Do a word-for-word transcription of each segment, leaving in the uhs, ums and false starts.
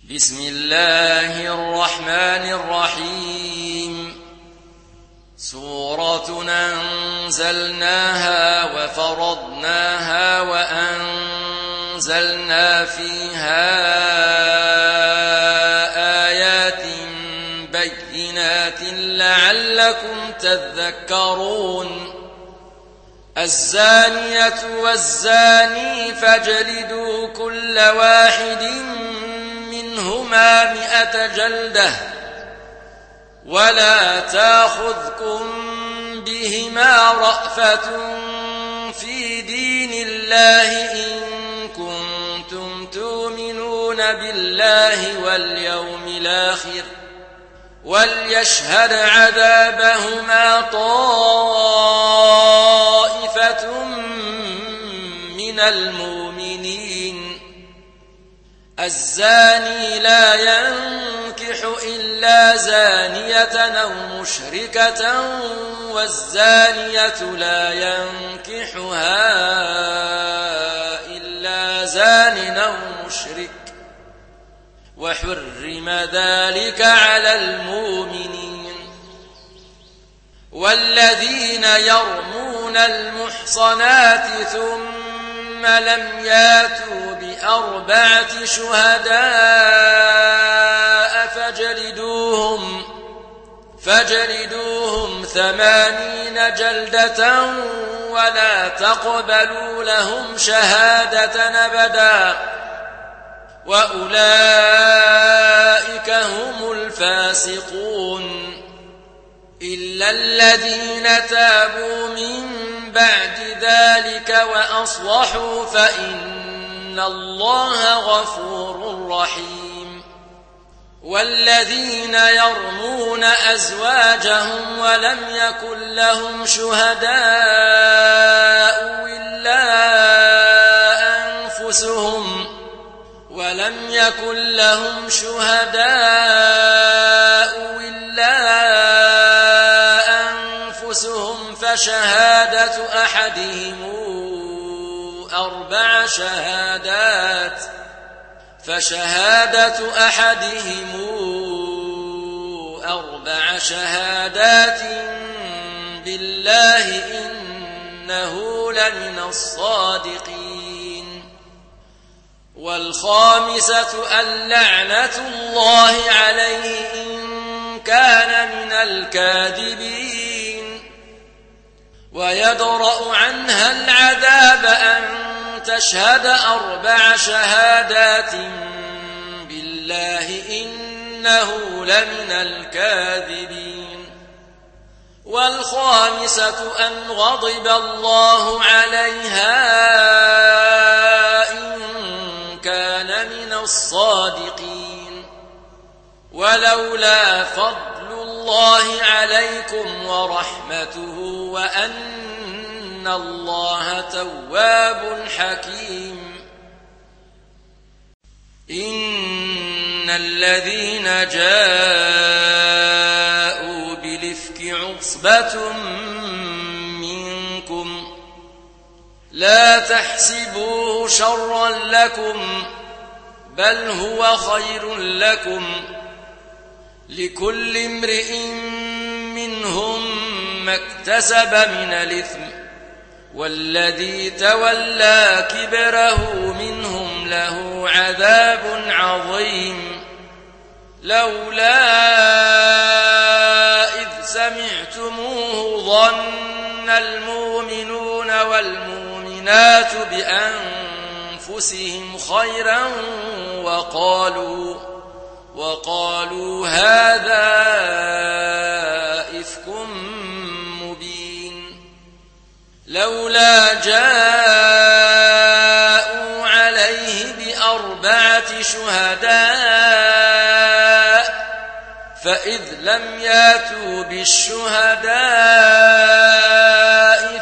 بسم الله الرحمن الرحيم سورة أنزلناها وفرضناها وأنزلنا فيها آيات بينات لعلكم تذكرون الزانية والزاني فاجلدوا كل واحد منهما مئة جلدة ولا تأخذكم بهما رأفة في دين الله إن كنتم تؤمنون بالله واليوم الآخر وليشهد عذابهما طائفة من المؤمنين الزاني لا ينكح إلا زانية أو مشركة والزانية لا ينكحها إلا زان أو مشرك وحرم ذلك على المؤمنين والذين يرمون المحصنات ثم لم ياتوا بأربعة شهداء فاجلدوهم فاجلدوهم ثمانين جلدة ولا تقبلوا لهم شهادة أبدا وأولئك هم الفاسقون إلا الذين تابوا من بعد ذلك وأصلحوا فإن الله غفور رحيم والذين يرمون أزواجهم ولم يكن لهم شهداء إلا أنفسهم ولم يكن لهم شهداء إلا أنفسهم فشهادة أحدهم أربع شهادات فشهادة أحدهم أربع شهادات بالله إنه لمن الصادقين والخامسة اللعنة الله عليه إن كان من الكاذبين ويدرأ عنها العذاب أن تشهد أربع شهادات بالله إنه لمن الكاذبين والخامسة أن غضب الله عليها إن كان من الصادقين ولولا فضل الله عليكم ورحمته وأن الله تواب حكيم إن الذين جاءوا بالإفك عصبة منكم لا تحسبوه شرا لكم بل هو خير لكم لكل امرئ منهم ما اكتسب من الإثم والذي تولى كبره منهم له عذاب عظيم لولا إذ سمعتموه ظن المؤمنون والمؤمنات بأنفسهم خيرا وقالوا وقالوا هذا إفك مبين لولا جاءوا عليه بأربعة شهداء فإذ لم ياتوا بالشهداء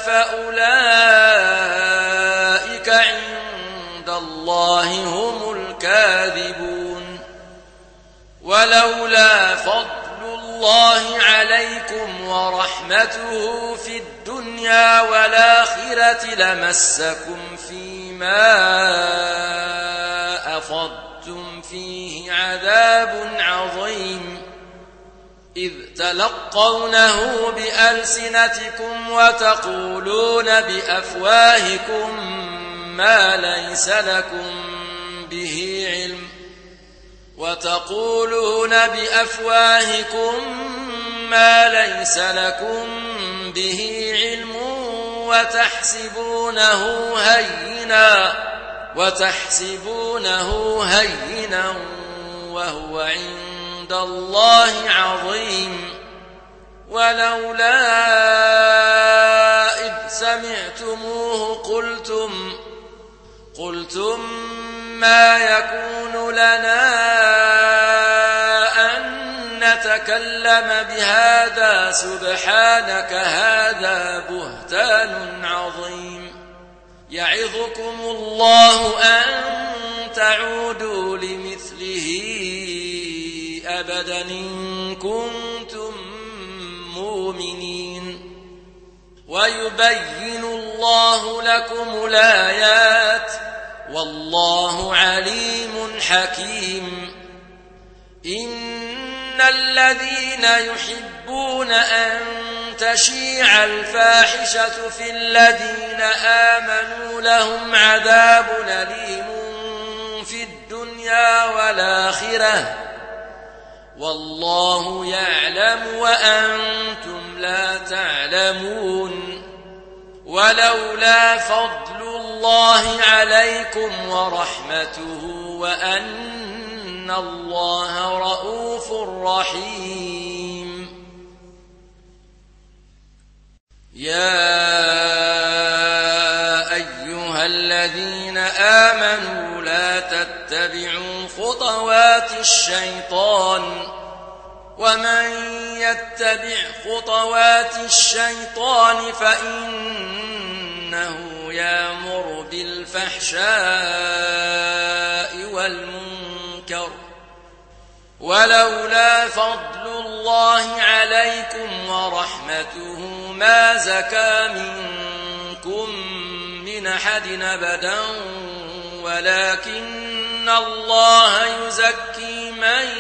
فأولئك عند الله هم الكاذبون ولولا فضل الله عليكم ورحمته في الدنيا والآخرة لمسكم فيما أفضتم فيه عذاب عظيم إذ تلقونه بألسنتكم وتقولون بأفواهكم ما ليس لكم به علم وتقولون بأفواهكم ما ليس لكم به علم وتحسبونه هينا وتحسبونه هينا وهو عند الله عظيم ولولا إذ سمعتموه قلتم قلتم ما يكون لنا أن نتكلم بهذا سبحانك هذا بهتان عظيم يعظكم الله أن تعودوا لمثله أبدا إن كنتم مؤمنين ويبين الله لكم الآيات والله عليم حكيم إن الذين يحبون أن تشيع الفاحشة في الذين آمنوا لهم عذاب أليم في الدنيا والآخرة والله يعلم وأنتم لا تعلمون ولولا فضل الله عليكم ورحمته وأن الله رؤوف رحيم يا أيها الذين آمنوا لا تتبعوا خطوات الشيطان ومن يتبع خطوات الشيطان فإنه يأمر بالفحشاء والمنكر ولولا فضل الله عليكم ورحمته ما زكى منكم من أحد أبدا ولكن الله يزكي من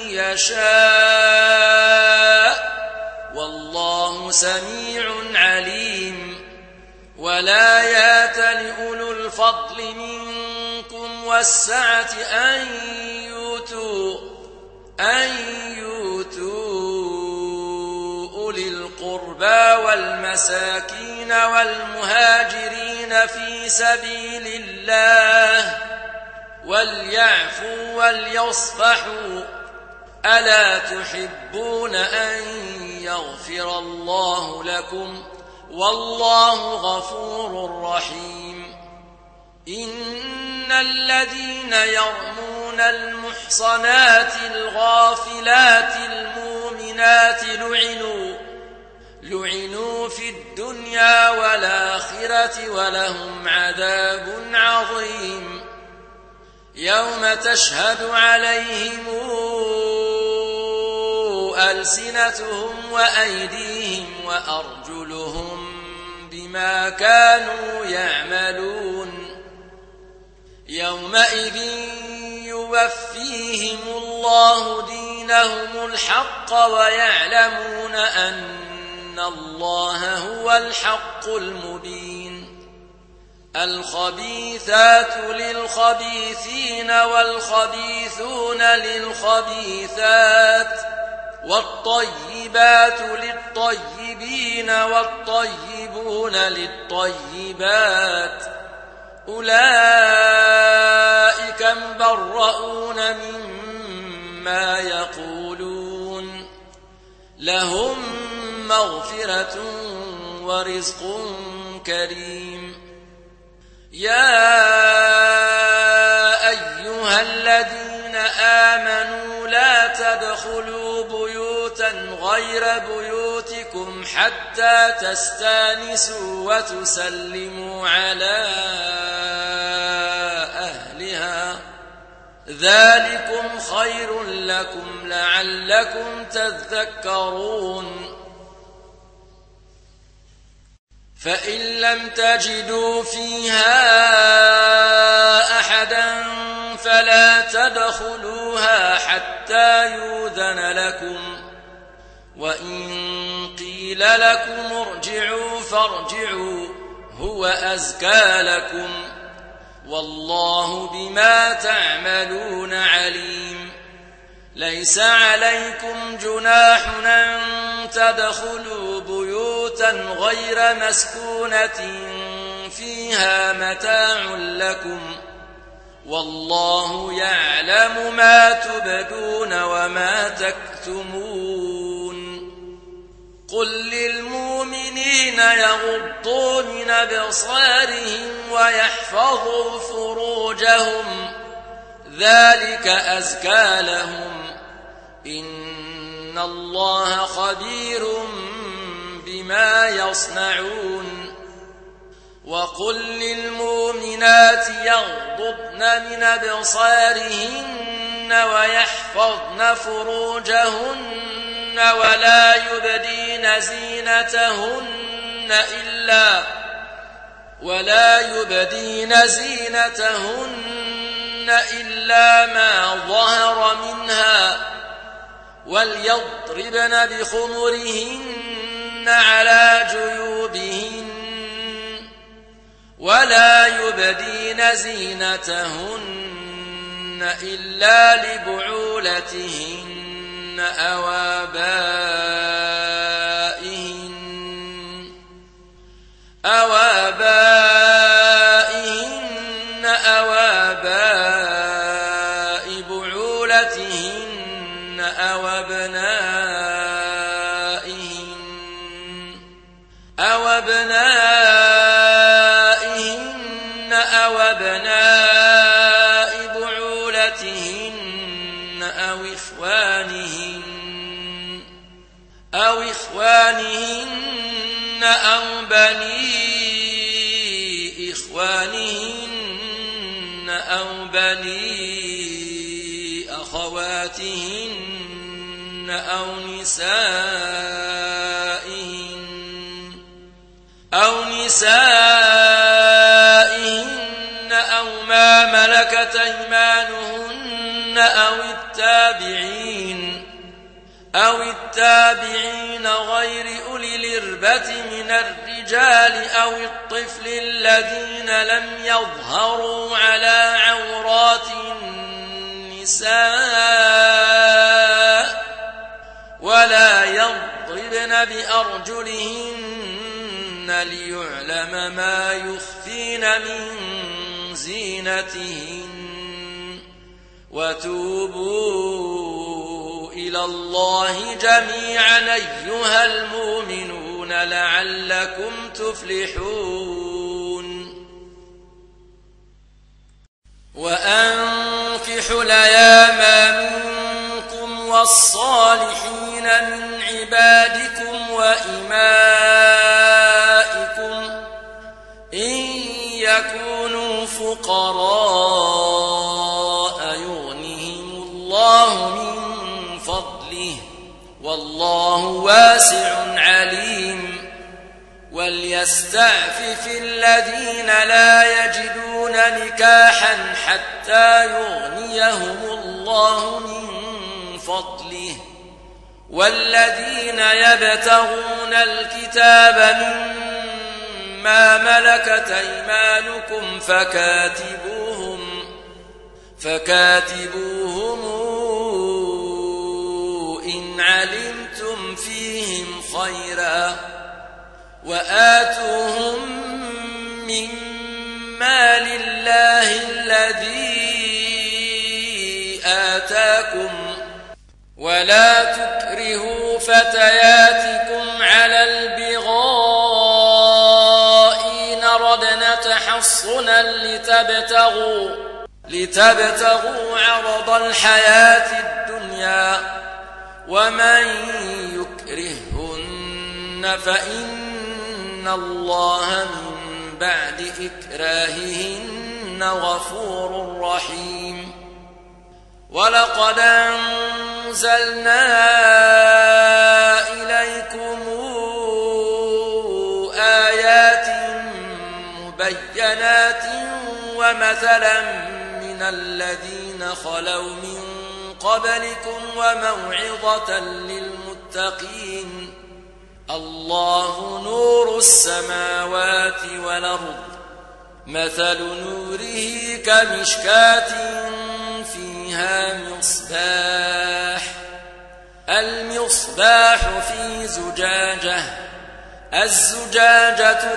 يشاء والله سميع عليم ولا يات لأولو الفضل منكم والسعة أن يؤتوا أن يؤتوا أولي القربى والمساكين والمهاجرين في سبيل الله وليعفوا وليصفحوا ألا تحبون أن يغفر الله لكم والله غفور رحيم إن الذين يرمون المحصنات الغافلات المؤمنات لعنوا لعنوا في الدنيا والآخرة ولهم عذاب عظيم يوم تشهد عليهم ألسنتهم وأيديهم وأرجلهم بما كانوا يعملون يومئذ يوفيهم الله دينهم الحق ويعلمون أن الله هو الحق المبين الخبيثات للخبيثين والخبيثون للخبيثات والطيبات للطيبين والطيبون للطيبات أولئك مبرؤون مما يقولون لهم مغفرة ورزق كريم يا أيها الذين آمنوا لا تدخلوا بيوتا غير بيوتكم حتى تستانسوا وتسلموا على أهلها ذلكم خير لكم لعلكم تذكرون فإن لم تجدوا فيها أحدا فلا تدخلوها حتى يؤذن لكم وإن قيل لكم ارجعوا فارجعوا هو أزكى لكم والله بما تعملون عليم ليس عليكم جناح أن تدخلوا بيوتا غير مسكونة فيها متاع لكم والله يعلم ما تبدون وما تكتمون قل للمؤمنين يغضوا من أبصارهم ويحفظوا فروجهم ذلك أزكى لهم إن الله خبير بما يصنعون وقل للمؤمنات يغضضن من أبصارهن ويحفظن فروجهن ولا يبدين زينتهن إلا ولا يبدين زينتهن إلا ما ظهر منها وليضربن بخمرهن على جيوبهن ولا يبدين زينتهن إلا لبعولتهن أو آبائهن أو آبائهن أو آباء بعولتهن أو أبنائهن أو أبنائهن أو أبناء بعولتهن أو إخوانهن أو إخوانهن أو بني إخوانهن أو بني أخواتهن أو نسائهن أو نسائهن أو ما ملكت أيمانهن أو التابعين أو التابعين غير أولي الإربة من الرجال أو الطفل الذين لم يظهروا على عورات النساء ولا يضربن بأرجلهن ليعلم ما يخفين من زينتهن وتوبوا إلى الله جميعا أيها المؤمنون لعلكم تفلحون وأنكحوا الأيام منكم والصالحين من عبادكم وإمائكم إن يكونوا فقراء يغنهم الله من فضله والله واسع عليم وليستعفف الذين لا يجدون نكاحا حتى يغنيهم الله من فضله والذين يبتغون الكتاب مما ملكت أيمانكم فكاتبوهم فكاتبوهم إن علمتم فيهم خيرا وآتوهم مما لله الذي آتاكم ولا تكرهوا فتياتكم على البغاء إن ردنا تحصنا لتبتغوا لتبتغوا عرض الحياة الدنيا ومن يكرهن فإن الله من بعد إكراههن غفور رحيم ولقد أنزلنا إليكم آيات مبينات ومثلا من من الذين خلوا من قبلكم وموعظة للمتقين الله نور السماوات والأرض مثل نوره كمشكاة فيها مصباح المصباح في زجاجة الزجاجة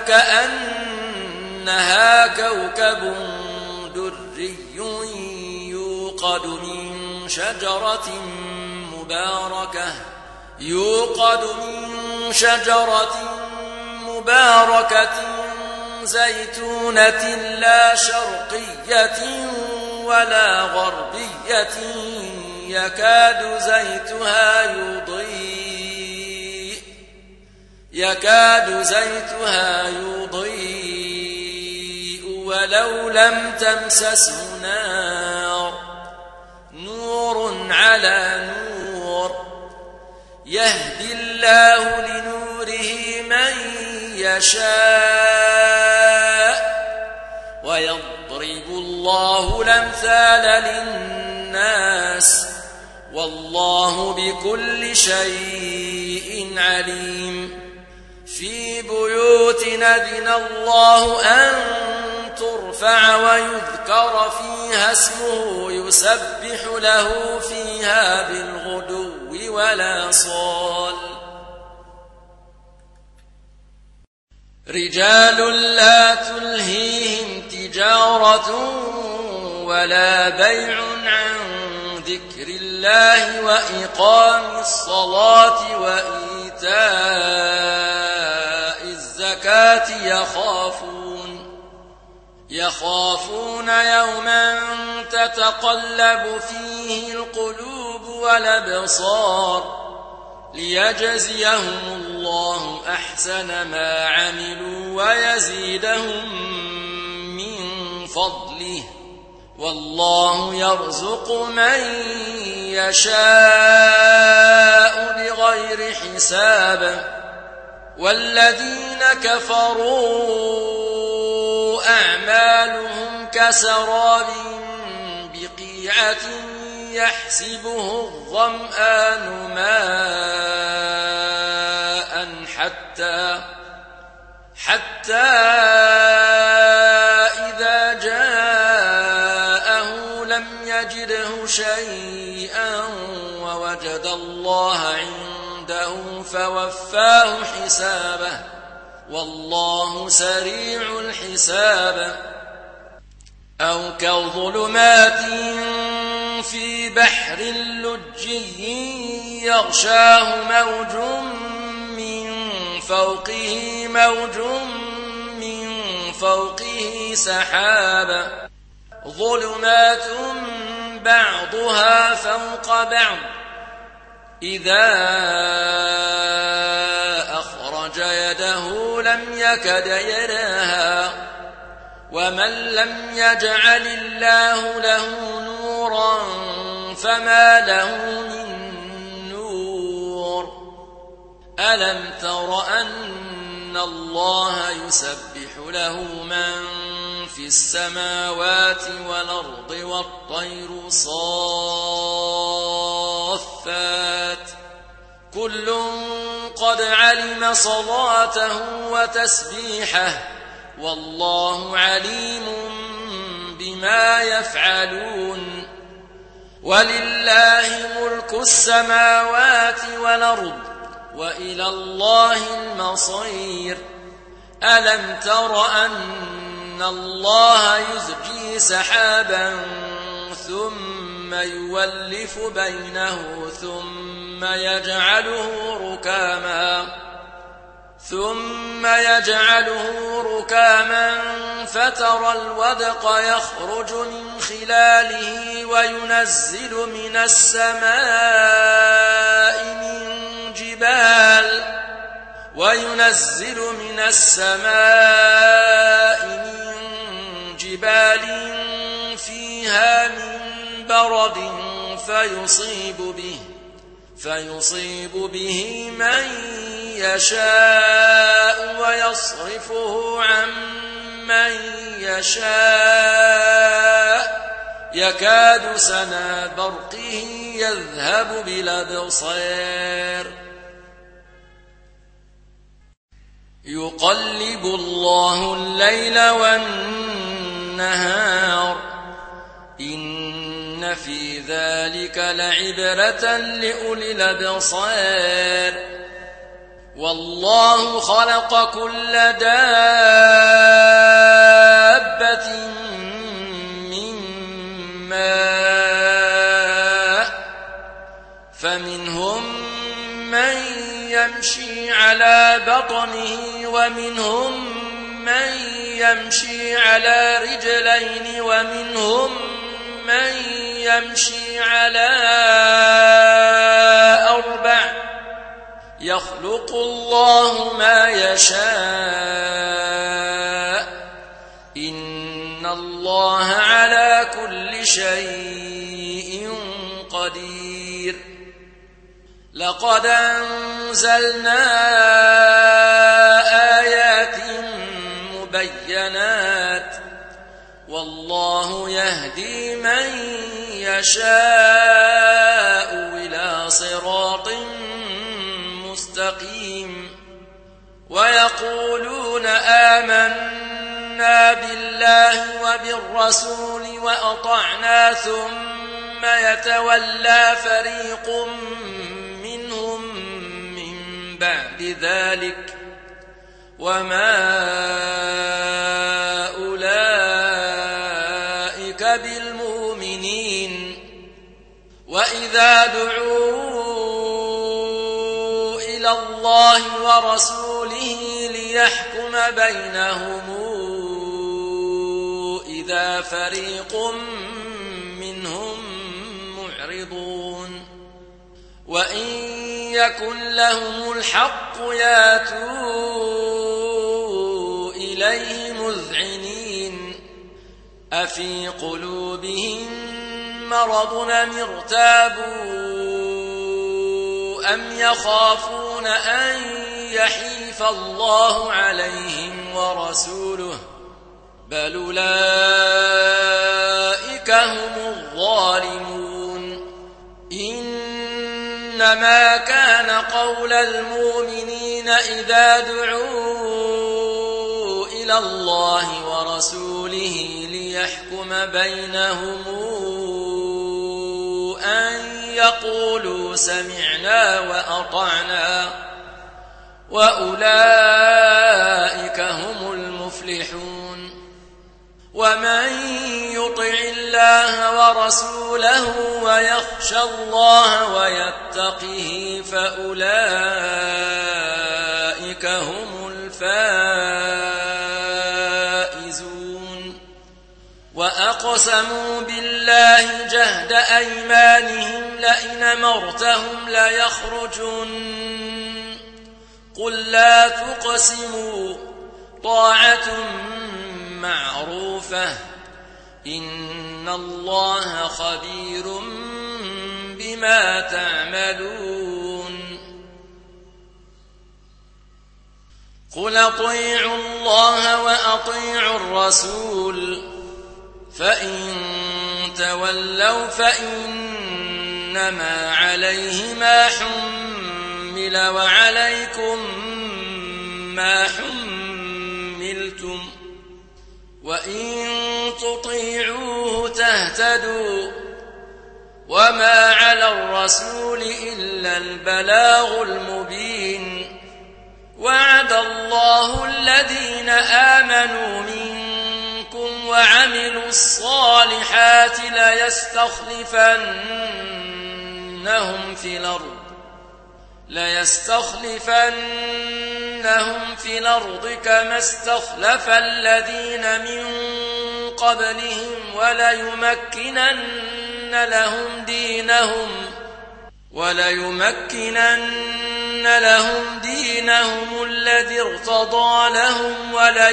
كأنها كوكب دري يوقد من شجرة مباركة يوقد من شجرة مباركة زيتونة لا شرقية ولا غربية يكاد زيتها يضيء يكاد زيتها يضيء ولو لم تمسسه نار نور على نور يهدي الله لنوره من يشاء ويضرب الله الأمثال للناس والله بكل شيء عليم في بيوت أذن الله أن ترفع ويذكر فيها اسمه يسبح له فيها بالغدو والآصال رجال لا تلهيهم تجارة ولا بيع عن ذكر الله وإقام الصلاة وإيتاء الزكاة يخافون يخافون يوما تتقلب فيه القلوب والأبصار ليجزيهم الله أحسن ما عملوا ويزيدهم من فضله والله يرزق من يشاء بغير حساب والذين كفروا أعمالهم كسراب بقيعة يحسبه الظمآن ماء حتى حتى إذا جاءه لم يجده شيئا ووجد الله عنده فوفاه حسابه والله سريع الحساب أو كظلمات في بحر لجي يغشاه موج من فوقه موج من فوقه سحاب ظلمات بعضها فوق بعض إذا أخرج يده لم يكد يراها ومن لم يجعل الله له نورا فما له من نور ألم تر أن الله يسبح له من في السماوات والأرض والطير صافات كل قد علم صلاته وتسبيحه والله عليم بما يفعلون ولله ملك السماوات والأرض وإلى الله المصير ألم تر أن الله يزجي سحابا ثم يولف بينه ثم يجعله ركاما ثم يجعله ركاما فترى الودق يخرج من خلاله وينزل من السماء من جبال وينزل من السماء من جبال فيها من برد فيصيب به فيصيب به من يشاء ويصرفه عن من يشاء يكاد سنا برقه يذهب بالأبصار يقلب الله الليل والنهار إن في ذلك لعبرة لأولي الأبصار والله خلق كل دابة من ماء فمنهم من يمشي على بطنه ومنهم من يمشي على رجلين ومنهم من يمشي على أربع يخلق الله ما يشاء إن الله على كل شيء قدير لقد أنزلنا آيات مبينات والله يهدي من يشاء إلى صراط مستقيم ويقولون آمنا بالله وبالرسول وأطعنا ثم يتولى فريق منهم من بعد ذلك وما أولئك بالمؤمنين وإذا دعوا إلى الله ورسوله ليحكم بينهم إذا فريق منهم معرضون وإن يكن لهم الحق ياتوا إليه مذعنين أفي قلوبهم مرض أم ارتابوا أم يخافون أن يحيف الله عليهم ورسوله بل أولئك هم الظالمون إنما كان قول المؤمنين إذا دعوا إلى الله ورسوله ليحكم بينهم أن يقولوا سمعنا وأطعنا وأولئك هم المفلحون ومن يطع الله ورسوله ويخشى الله ويتقه فأولئك هم الفائزون وأقسموا بالله جهد أيمانهم لئن أمرتهم ليخرجن قل لا تقسموا طاعة معروفة إن الله خبير بما تعملون قل أطيعوا الله وأطيعوا الرسول فإن تولوا فإنما عليه ما حمل وعليكم ما حملتم وإن تطيعوه تهتدوا وما على الرسول إلا البلاغ المبين وعد الله الذين آمنوا منكم وعملوا الصالحات ليستخلفنهم في الأرض ليستخلفنهم في الأرض كما استخلف الذين من قبلهم وليمكنن لهم دينهم وليمكنن لهم دينهم الذي ارتضى لهم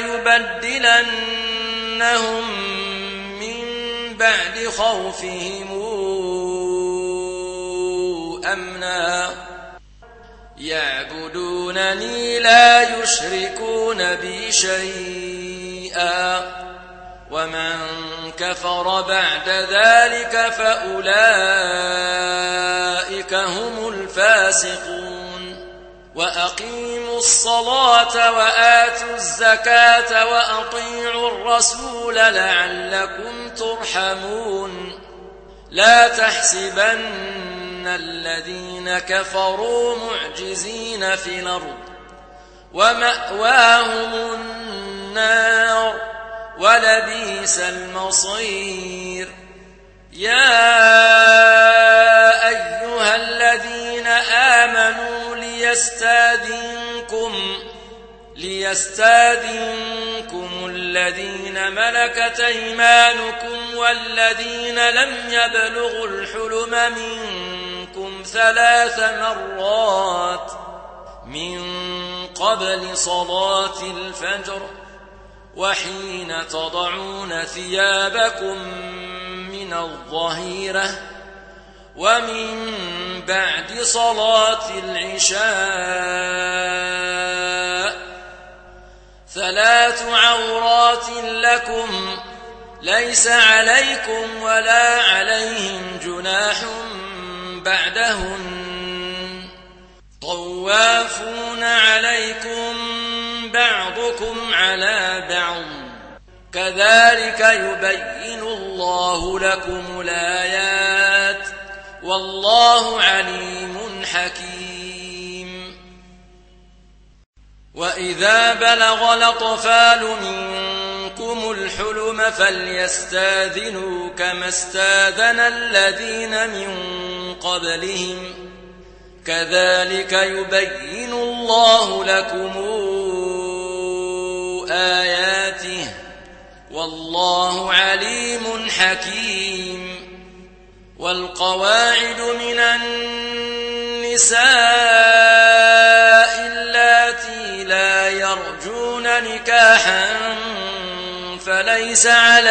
وليبدلنهم من بعد خوفهم أمنا يعبدونني لا يشركون بي شيئا ومن كفر بعد ذلك فأولئك هم الفاسقون وأقيموا الصلاة وآتوا الزكاة وأطيعوا الرسول لعلكم ترحمون لا تحسبن الذين كفروا معجزين في الأرض ومأواهم النار ولبئس المصير يا أيها الذين آمنوا ليستاذنكم ليستاذنكم الذين ملكت أيمانكم والذين لم يبلغوا الحلم منكم ثلاث مرات من قبل صلاة الفجر وحين تضعون ثيابكم من الظهيرة ومن بعد صلاة العشاء ثلاث عورات لكم ليس عليكم ولا عليهم جناح بعدهن طوافون عليكم بعضكم على بعض كذلك يبين الله لكم الآيات والله عليم حكيم وإذا بلغ الأطفال منكم الحلم فليستاذنوا كما استاذن الذين من قبلهم كذلك يبين الله لكم آياته والله عليم حكيم والقواعد من النساء اللاتي لا يرجون نكاحا فليس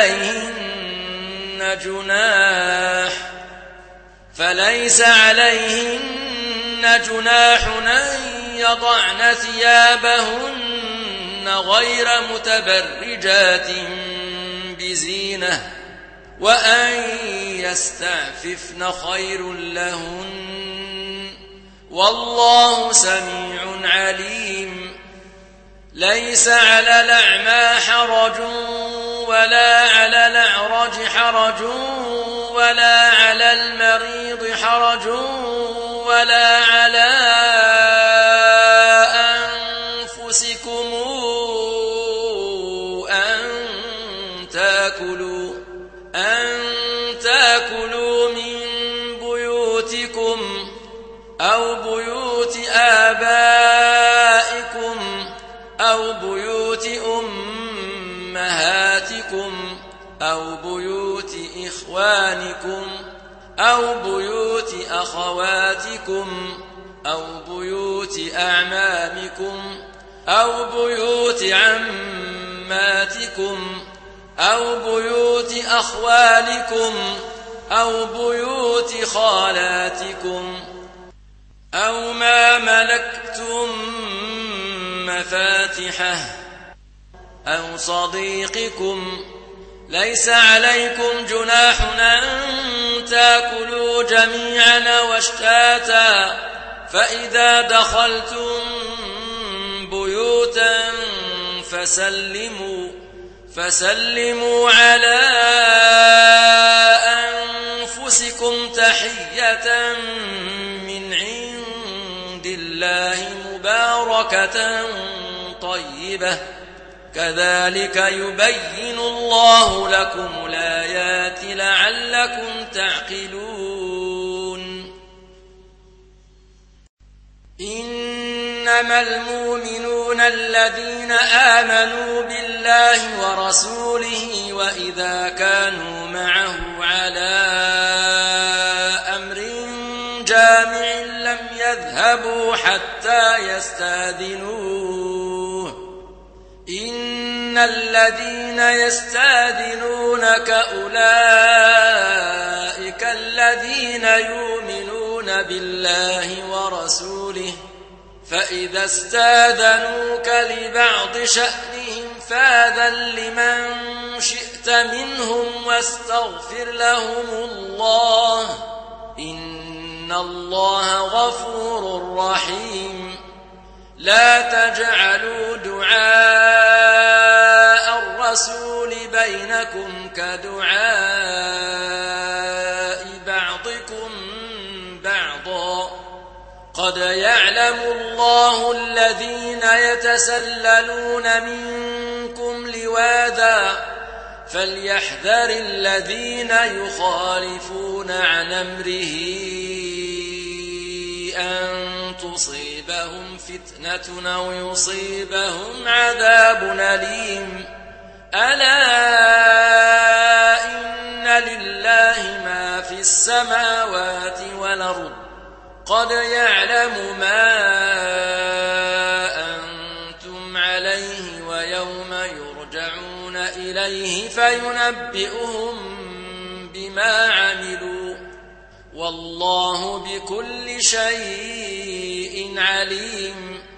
عليهن جناح فليس عليهن جناح أن يضعن ثيابهن غير متبرجات بزينة وأن يستعففن خير لهن والله سميع عليم ليس على الأعمى حرج ولا على الأعرج حرج ولا على المريض حرج ولا على أنفسكم أن تأكلوا أن تأكلوا من بيوتكم أو بيوت آبائكم أو بيوت أمهاتكم أو بيوت إخوانكم أو بيوت أخواتكم أو بيوت أعمامكم أو بيوت عماتكم أو بيوت أخوالكم أو بيوت خالاتكم أو ما ملكتم مفاتحه أو صديقكم ليس عليكم جناح أن تأكلوا جميعا واشتاتا فإذا دخلتم بيوتا فسلموا فسلموا على أنفسكم تحية من عند الله مباركة طيبة كذلك يبين الله لكم الآيات لعلكم تعقلون إنما المؤمنون الذين آمنوا بالله ورسوله وإذا كانوا معه على أمر جامع لم يذهبوا حتى يستأذنوه إن الذين يستأذنونك أولئك الذين يؤمنون بالله ورسوله فإذا استأذنوك لبعض شأنهم فأذن لمن شئت شئت منهم واستغفر لهم الله إن الله غفور رحيم. لا تجعلوا دعاء الرسول بينكم كدعاء بعضكم بعضا قد يعلم الله الذين يتسللون منكم لواذا فليحذر الذين يخالفون عن أمره أن تصيبهم فتنة أو يصيبهم عذاب أليم. ألا إن لله ما في السماوات والأرض قد يعلم ما أنتم عليه ويوم يرجعون إليه فينبئهم بما عملوا والله بكل شيء عليم.